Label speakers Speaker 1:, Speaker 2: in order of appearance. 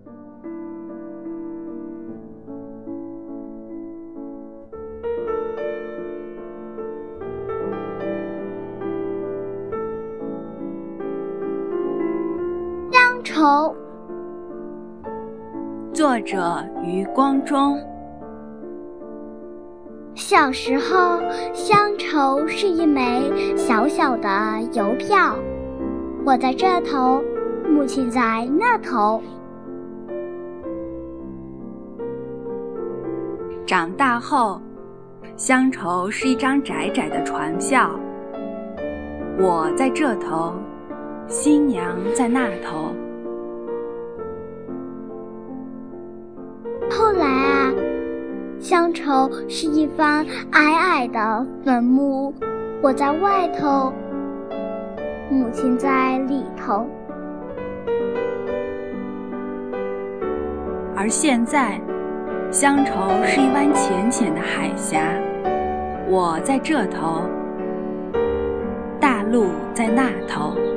Speaker 1: 乡愁，
Speaker 2: 作者余光中。
Speaker 1: 小时候，乡愁是一枚小小的邮票，我在这头，母亲在那头。
Speaker 2: 长大后，乡愁是一张窄窄的船票，我在这头，新娘在那头。
Speaker 1: 后来啊，乡愁是一方矮矮的坟墓，我在外头，母亲在里头。
Speaker 2: 而现在，乡愁是一湾浅浅的海峡，我在这头，大陆在那头。